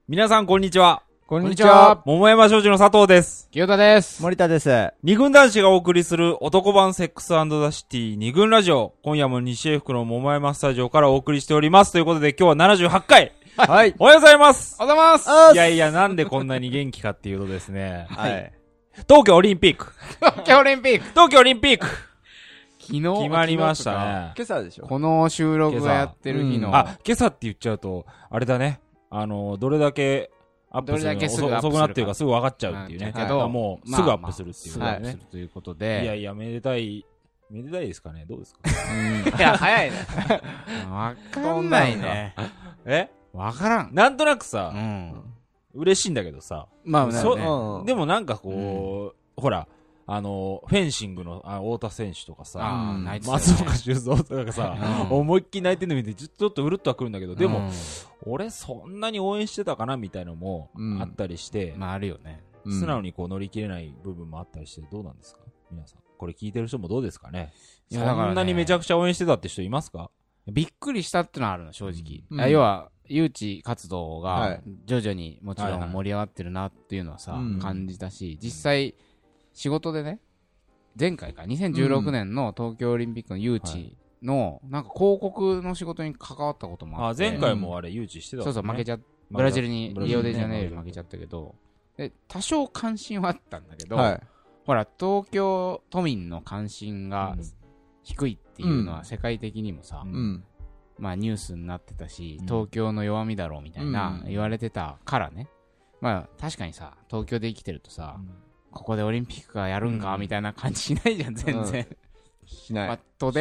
皆さんこんにちは。 こんにちは。 桃山商事の佐藤です。 清田です。 森田です。 二軍男子がお送りする男版セックス&ザシティ二軍ラジオ。今夜も西英福の桃山スタジオからお送りしております。ということで今日は78回。 はい。 おはようございます。 おはようございます。 いやいや、なんでこんなに元気かっていうとですね。 はい。 東京オリンピック。 東京オリンピック。 東京オリンピック。 昨日決まりましたね。 今朝でしょ。 この収録がやってる日の。 あ、今朝って言っちゃうと、あれだね。どれだけアップするの遅くなってるかすぐ分かっちゃうっていうね。 けど、 もうすぐアップするっていうね。 するということで。 いやいや、めでたいですかね。どうですかいや、早いね。わかんないね。わからん。 なんとなくさ、嬉しいんだけどさ。 まあね。 でもなんかこう、ほら、フェンシングの太田選手とかさ、松岡修造とかさ、思いっきり泣いてるの見てちょっとうるっとはくるんだけど、でも、俺そんなに応援してたかなみたいなのもあったりして、 まああるよね。 素直にこう乗り切れない部分もあったりして、どうなんですか皆さん。これ聞いてる人もどうですかね。そんなにめちゃくちゃ応援してたって人いますか？ びっくりしたってのはあるの、正直。要は、誘致活動が徐々にもちろん盛り上がってるなっていうのはさ、感じたし、実際、仕事でね、前回か、2016年の東京オリンピックの誘致の、なんか広告の仕事に関わったこともあって。 前回もあれ誘致してたもんね。 そうそう、負けちゃった。ブラジルに、リオデジャネイロに負けちゃったけど、で、多少関心はあったんだけど、ほら、東京都民の関心が低いっていうのは世界的にもさ、まあニュースになってたし、東京の弱みだろうみたいな言われてたからね。まあ確かにさ、東京で生きてるとさ、ここでオリンピックがやるんかみたいな感じしないじゃん、全然。 しない。 まあ、東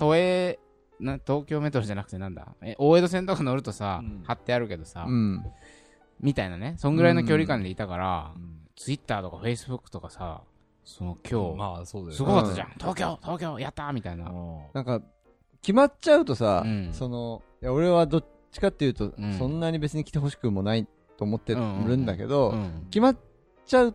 京メトロじゃなくてなんだ大江戸線とか乗るとさ、貼ってあるけどさ、みたいなね、そんぐらいの距離感でいたから、ツイッターとかフェイスブックとかさ、その今日、 まあそうだよね、 すごかったじゃん。東京、やったーみたいな。 なんか、決まっちゃうとさ、いや俺はどっちかっていうと、そんなに別に来てほしくもないと思ってるんだけど、決まっちゃうって、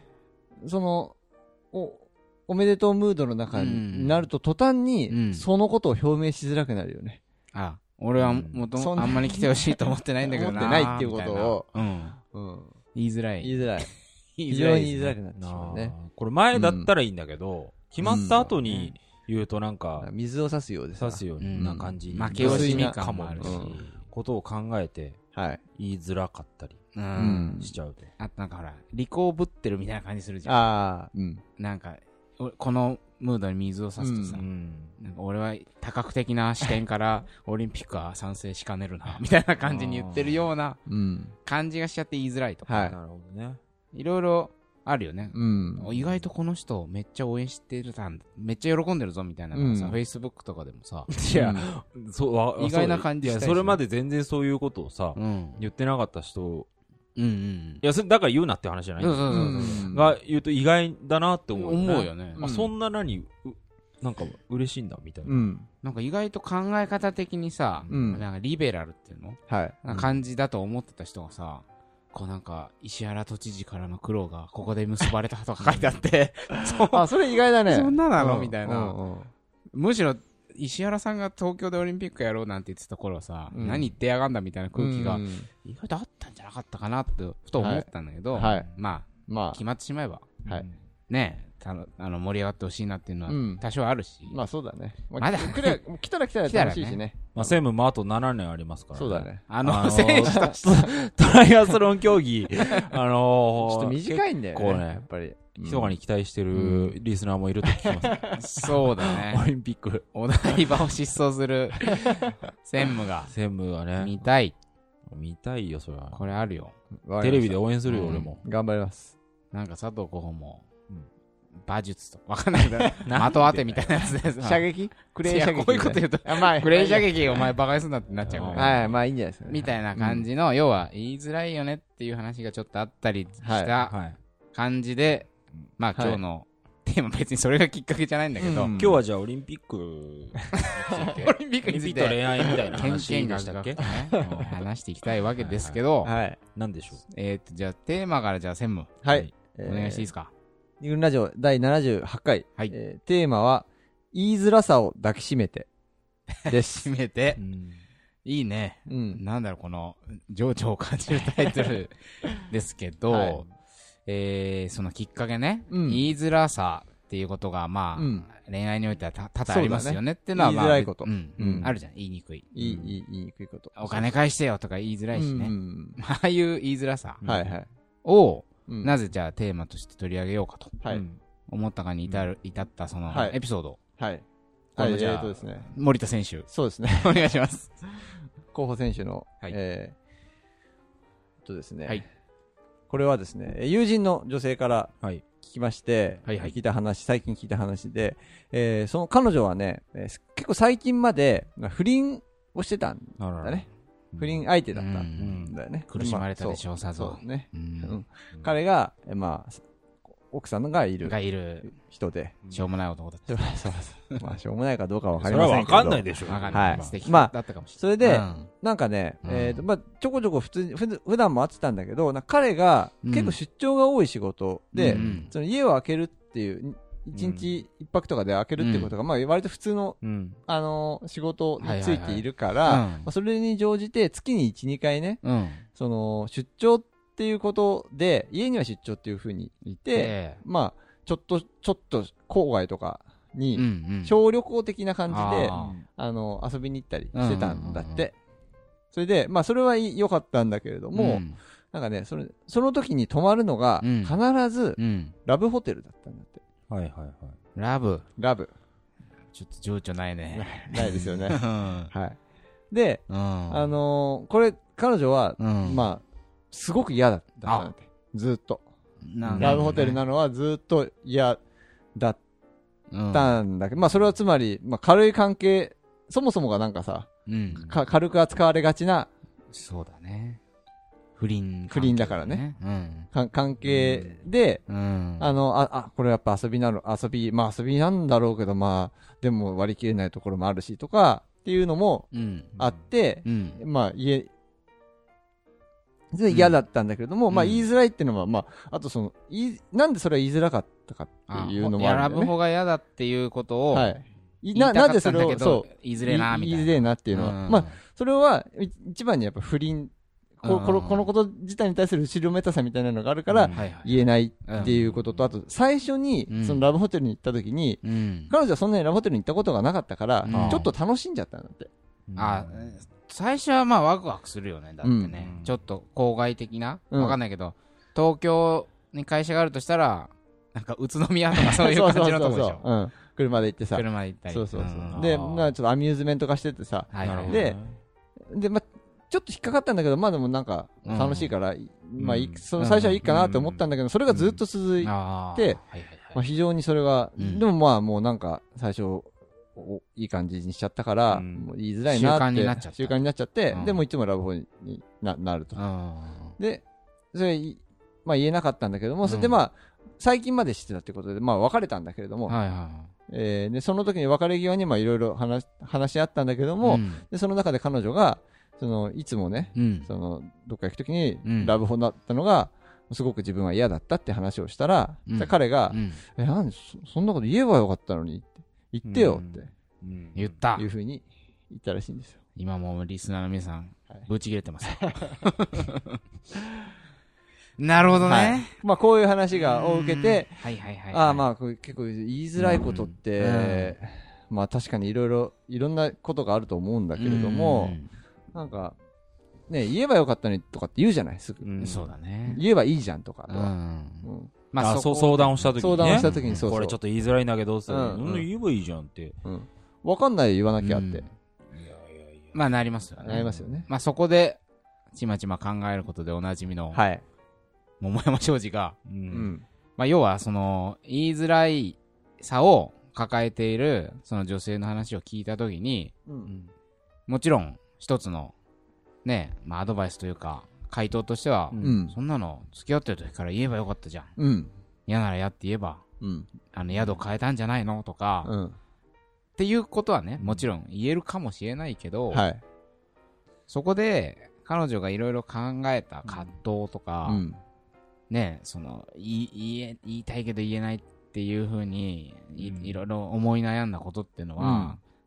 おめでとうムードの中になると途端に、そのことを表明しづらくなるよね。 俺はあんまり来てほしいと思ってないんだけどな。 思ってないっていうことを、 言いづらい。 非常に言いづらくなってしまうね。 これ前だったらいいんだけど、決まった後に言うとなんか、 水を差すようです。 差すような感じ。 負け惜しみ感もあるし、 ことを考えて、言いづらかったりしちゃうと。 あとなんかほら、利口ぶってるみたいな感じするじゃん。なんか、このムードに水を差すとさ、なんか俺は多角的な視点からオリンピックは賛成しかねるな、みたいな感じに言ってるような感じがしちゃって言いづらいとか。 なるほどね。 いろいろあるよね。意外とこの人めっちゃ応援してたんだ。めっちゃ喜んでるぞみたいなのがさ、Facebook とかでもさ。 いや、 意外な感じしたいや、それまで全然そういうことをさ、言ってなかった人、いや、だから言うなって話じゃないが言うと意外だなって思うよね。 そんななんか嬉しいんだみたいな。 なんか意外と考え方的にさ、なんかリベラルっていうの感じだと思ってた人がさ、こうなんか石原都知事からの苦労がここで結ばれたとか書いてあってそれ意外だね。 そんなのみたいな。むしろ石原さんが東京でオリンピックやろうなんて言ってた頃さ、何言ってやがんだみたいな空気が意外とあったんじゃなかったかなってふと思ったんだけど、まあ決まってしまえばね盛り上がってほしいなっていうのは多少あるし、 まあそうだね。まだ来たら楽しいしね。 まあ専務もあと7年ありますから。 そうだね。 選手としてトライアスロン競技ちょっと短いんだよね。やっぱり密かに期待してるリスナーもいると聞きます。 そうだね。 オリンピックお台場を疾走する専務がね見たいよ。それはこれあるよ。 テレビで応援するよ俺も。 頑張ります。 なんか佐藤候補も馬術とかわかんないけど的当てみたいなやつです射撃クレー射撃。 こういうこと言うとクレー射撃お前バカにすんなってなっちゃうはいまあいいんじゃないですかみたいな感じの要は言いづらいよねっていう話がちょっとあったりした感じでまあ今日のテーマ別にそれがきっかけじゃないんだけど今日はじゃあオリンピックオリンピックについて恋愛みたいな話でしたっけ話していきたいわけですけど何でしょうじゃあテーマからじゃあ専務お願いしていいですか。 二軍ラジオ第78回、テーマは言いづらさを抱きしめてです。 しめていいね。なんだろう、この、情緒を感じるタイトルですけど、そのきっかけね、言いづらさっていうことが、まあ、恋愛においては多々ありますよねっていうのは、 言いづらいこと。 あるじゃん、言いにくい。 言いにくいこと。 お金返してよとか言いづらいしね。ああいう言いづらさを、なぜじゃあテーマとして取り上げようかと思ったかに至ったそのエピソード。 はい。 じゃあ、森田選手。 そうですね。 お願いします。 候補選手の、ですね。これはですね、友人の女性から聞きまして、最近聞いた話で、その彼女はね、結構最近まで不倫をしてたんだね。不倫相手だったんだよね。 苦しまれたでしょう、さぞ。 そうね。彼が、まあ、奥さんがいる人で。 しょうもない男だった。 まあ、しょうもないかどうかわかりませんけど。 それはわかんないでしょ。 はい。素敵だったかもしれない。 それで、なんかね、まあ、ちょこちょこ普段も会ってたんだけど、彼が結構出張が多い仕事で、その家を空けるっていう、一日一泊とかで開けるっていうことが、まあ、割と普通の、仕事についているから、それに乗じて月に1、2回ね、その、出張っていうことで、家には出張っていう風に言って、まあ、ちょっと郊外とかに、小旅行的な感じで、遊びに行ったりしてたんだって。それで、まあ、それは良かったんだけれども、なんかね、その時に泊まるのが、必ず、ラブホテルだったんだって。 ラブ。ちょっと情緒ないね。 ないですよね。はい。で、これ、彼女は、まあ、すごく嫌だったんだって。ずっと。ラブホテルなのはずっと嫌だったんだけど、まあそれはつまり、まあ軽い関係、そもそもがなんかさ、軽く扱われがちな。 そうだね。不倫だからね。関係で、これやっぱ遊びなんだろうけど、まあ、でも割り切れないところもあるしとか、っていうのもあって、まあ嫌だったんだけれども、まあ言いづらいっていうのは、まあ、あとなんでそれは言いづらかったかっていうのもあるんだよね。 ラブホが嫌だっていうことを、 なんでそれを、 言いづれえな、みたいな。 言いづれえなっていうのは。まあ、それは、一番にやっぱ不倫、このこと自体に対する後ろめたさみたいなのがあるから、言えないっていうことと、あと、最初に、そのラブホテルに行った時に、彼女はそんなにラブホテルに行ったことがなかったから、ちょっと楽しんじゃったんだって。 最初はまあワクワクするよね。だってね。ちょっと郊外的なわかんないけど、東京に会社があるとしたら、なんか宇都宮とかそういう感じのとこでしょ。 車で行ってさ。 車で行ったり。 そう。で、まあちょっとアミューズメント化しててさ。で、まあちょっと引っかかったんだけど、まあでもなんか楽しいから、まあ最初はいいかなって思ったんだけど、それがずっと続いて、まあ非常にそれが、でもまあもうなんか最初、いい感じにしちゃったから、もう言いづらいなって。習慣になっちゃって、でもいつもラブホになると。で、それ、まあ言えなかったんだけども、それでまあ、最近までしてたってことで、まあ別れたんだけれども、で、その時に別れ際にまあいろいろ話し合ったんだけども、で、その中で彼女が、いつもね、どっか行く時にラブホだったのが、すごく自分は嫌だったって話をしたら、彼が、なんでそんなこと言えばよかったのに言ってよって言ったいうふうに言ったらしいんですよ。 今もリスナーの皆さん、ぶち切れてます。なるほどね。 まあこういう話がを受けて、まあ結構言いづらいことって、まあ確かにいろんなことがあると思うんだけれども、なんかね、言えばよかったのにとかって言うじゃない、すぐ。 そうだね。 言えばいいじゃんとか。 まあ相談をした時にそうこれちょっと言いづらいんだけど、言えばいいじゃんって。 わかんない言わなきゃって。 まあなりますよね。 なりますよね。 まあそこで、ちまちま考えることでおなじみの、桃山商事が、まあ要は言いづらいさを抱えている、その女性の話を聞いたときに、もちろん一つの、ね、まあアドバイスというか、回答としては、そんなの付き合ってる時から言えばよかったじゃん。嫌なら嫌って言えば、宿変えたんじゃないのとか、っていうことはね、もちろん言えるかもしれないけど、そこで彼女がいろいろ考えた葛藤とか、ね、言いたいけど言えないっていう風にいろいろ思い悩んだことっていうのは、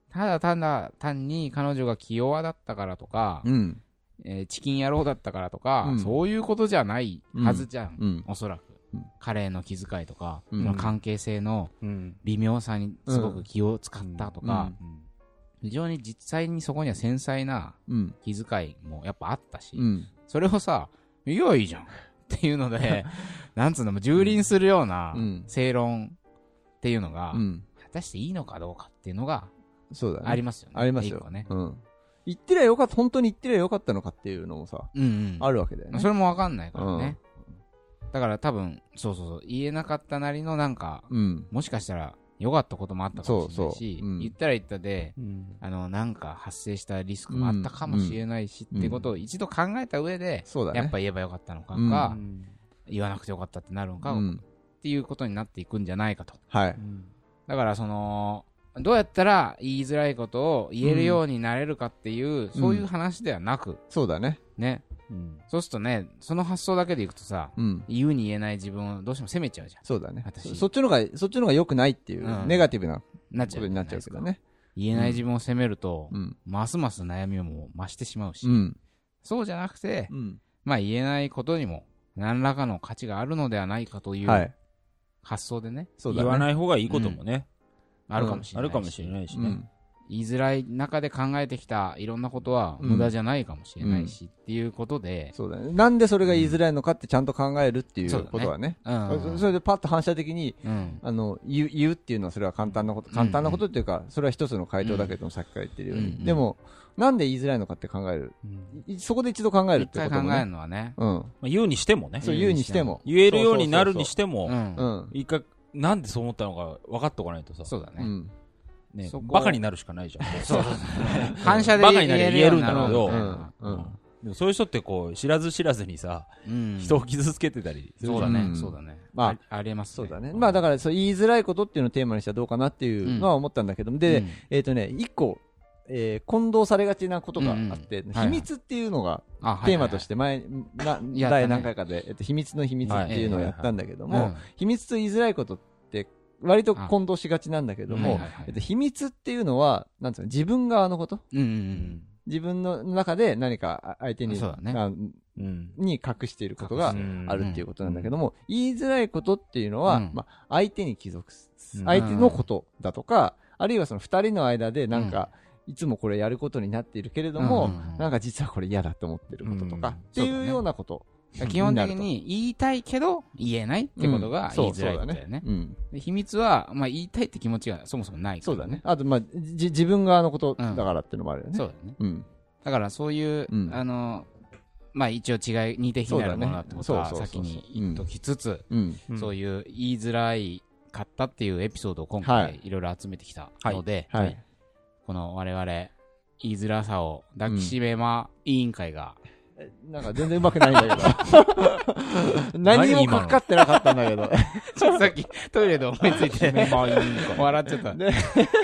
ただ単に彼女が気弱だったからとか、チキン野郎だったからとか、そういうことじゃないはずじゃん、おそらく。彼への気遣いとか、関係性の微妙さにすごく気を使ったとか、非常に実際にそこには繊細な気遣いもやっぱあったし、それをさ、いやいいじゃんっていうので、なんつうのも蹂躙するような正論っていうのが、果たしていいのかどうかっていうのがありますよね。 ありますよね。言ってりゃよかった、本当に言ってりゃよかったのかっていうのもさ、あるわけだよね。 それもわかんないからね。だから多分、そう言えなかったなりのなんか、もしかしたら良かったこともあったかもしれないし、言ったら言ったで、なんか発生したリスクもあったかもしれないしっていうことを一度考えた上で、やっぱ言えばよかったのかか、言わなくてよかったってなるのかっていうことになっていくんじゃないかと。だからどうやったら言いづらいことを言えるようになれるかっていう、そういう話ではなく、 そうだね。 そうするとね、その発想だけでいくとさ、言うに言えない自分をどうしても責めちゃうじゃん。 そうだね。そっちの方が良くないっていう、ネガティブなことになっちゃうけどね。 言えない自分を責めると、ますます悩みも増してしまうし、そうじゃなくて、まあ言えないことにも何らかの価値があるのではないかという発想でね。 言わない方がいいこともね、 あるかもしれない。 あるかもしれないしね。 言いづらい中で考えてきたいろんなことは無駄じゃないかもしれないし、っていうことで、 そうだね。なんでそれが言いづらいのかってちゃんと考えるっていうことはね。それでパッと反射的に、言うっていうのはそれは簡単なことっていうか、それは一つの回答だけども、さっきから言ってるように。でも、なんで言いづらいのかって考える。そこで一度考えるってこともね。 一回考えるのはね。 言うにしてもね。 そう、言うにしても。 言えるようになるにしても、一回、なんでそう思ったのか分かっておかないとさ。 そうだね。 ね、バカになるしかないじゃん。 そう反射でバカになりゃ言えるんだけど、でもそういう人ってこう知らず知らずにさ、人を傷つけてたりする。 そうだね。まあありえます。 そうだね。まあだからそう言いづらいことっていうのをテーマにしたらどうかなっていうのは思ったんだけども、で一個混同されがちなことがあって秘密っていうのがテーマとして第何回かで秘密の秘密っていうのをやったんだけども、秘密と言いづらいことって割と混同しがちなんだけども、秘密っていうのは、なんつうの、自分側のこと、自分の中で何か相手に、に隠していることがあるっていうことなんだけども、言いづらいことっていうのは、まあ、相手に帰属する。相手のことだとか、あるいはその二人の間でなんか、いつもこれやることになっているけれども、なんか実はこれ嫌だと思ってることとか、っていうようなこと。 基本的に言いたいけど言えないってことが言いづらいことだよね。秘密は、まあ言いたいって気持ちがそもそもない。 そうだね。あと、まあ、自分側のことだからっていうのもあるよね。 そうだね。だからそういう、まあ一応似て非なるものだってことは先に言っときつつ、そういう言いづらいかったっていうエピソードを今回いろいろ集めてきたので、この我々言いづらさを抱きしめま委員会が、 なんか全然うまくないんだけど。何もかかってなかったんだけど。 ちょっとさっきトイレで思いついて、笑っちゃった。全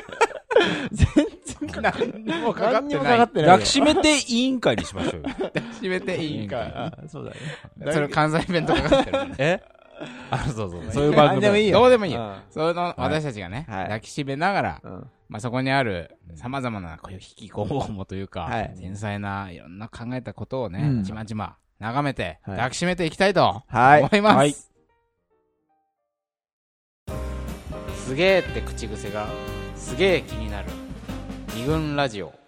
然何もかかってない。 抱きしめて委員会にしましょうよ。 抱きしめて委員会。 そうだね。 それ関西弁とかかってる。 そういう番組。 どうでもいいよ。その私たちがね、抱きしめながら、まあそこにある様々なこういう引きこもというか、繊細ないろんな考えたことをね、ちまちま眺めて抱きしめていきたいと思います。すげーって口癖がすげー気になる二軍ラジオ。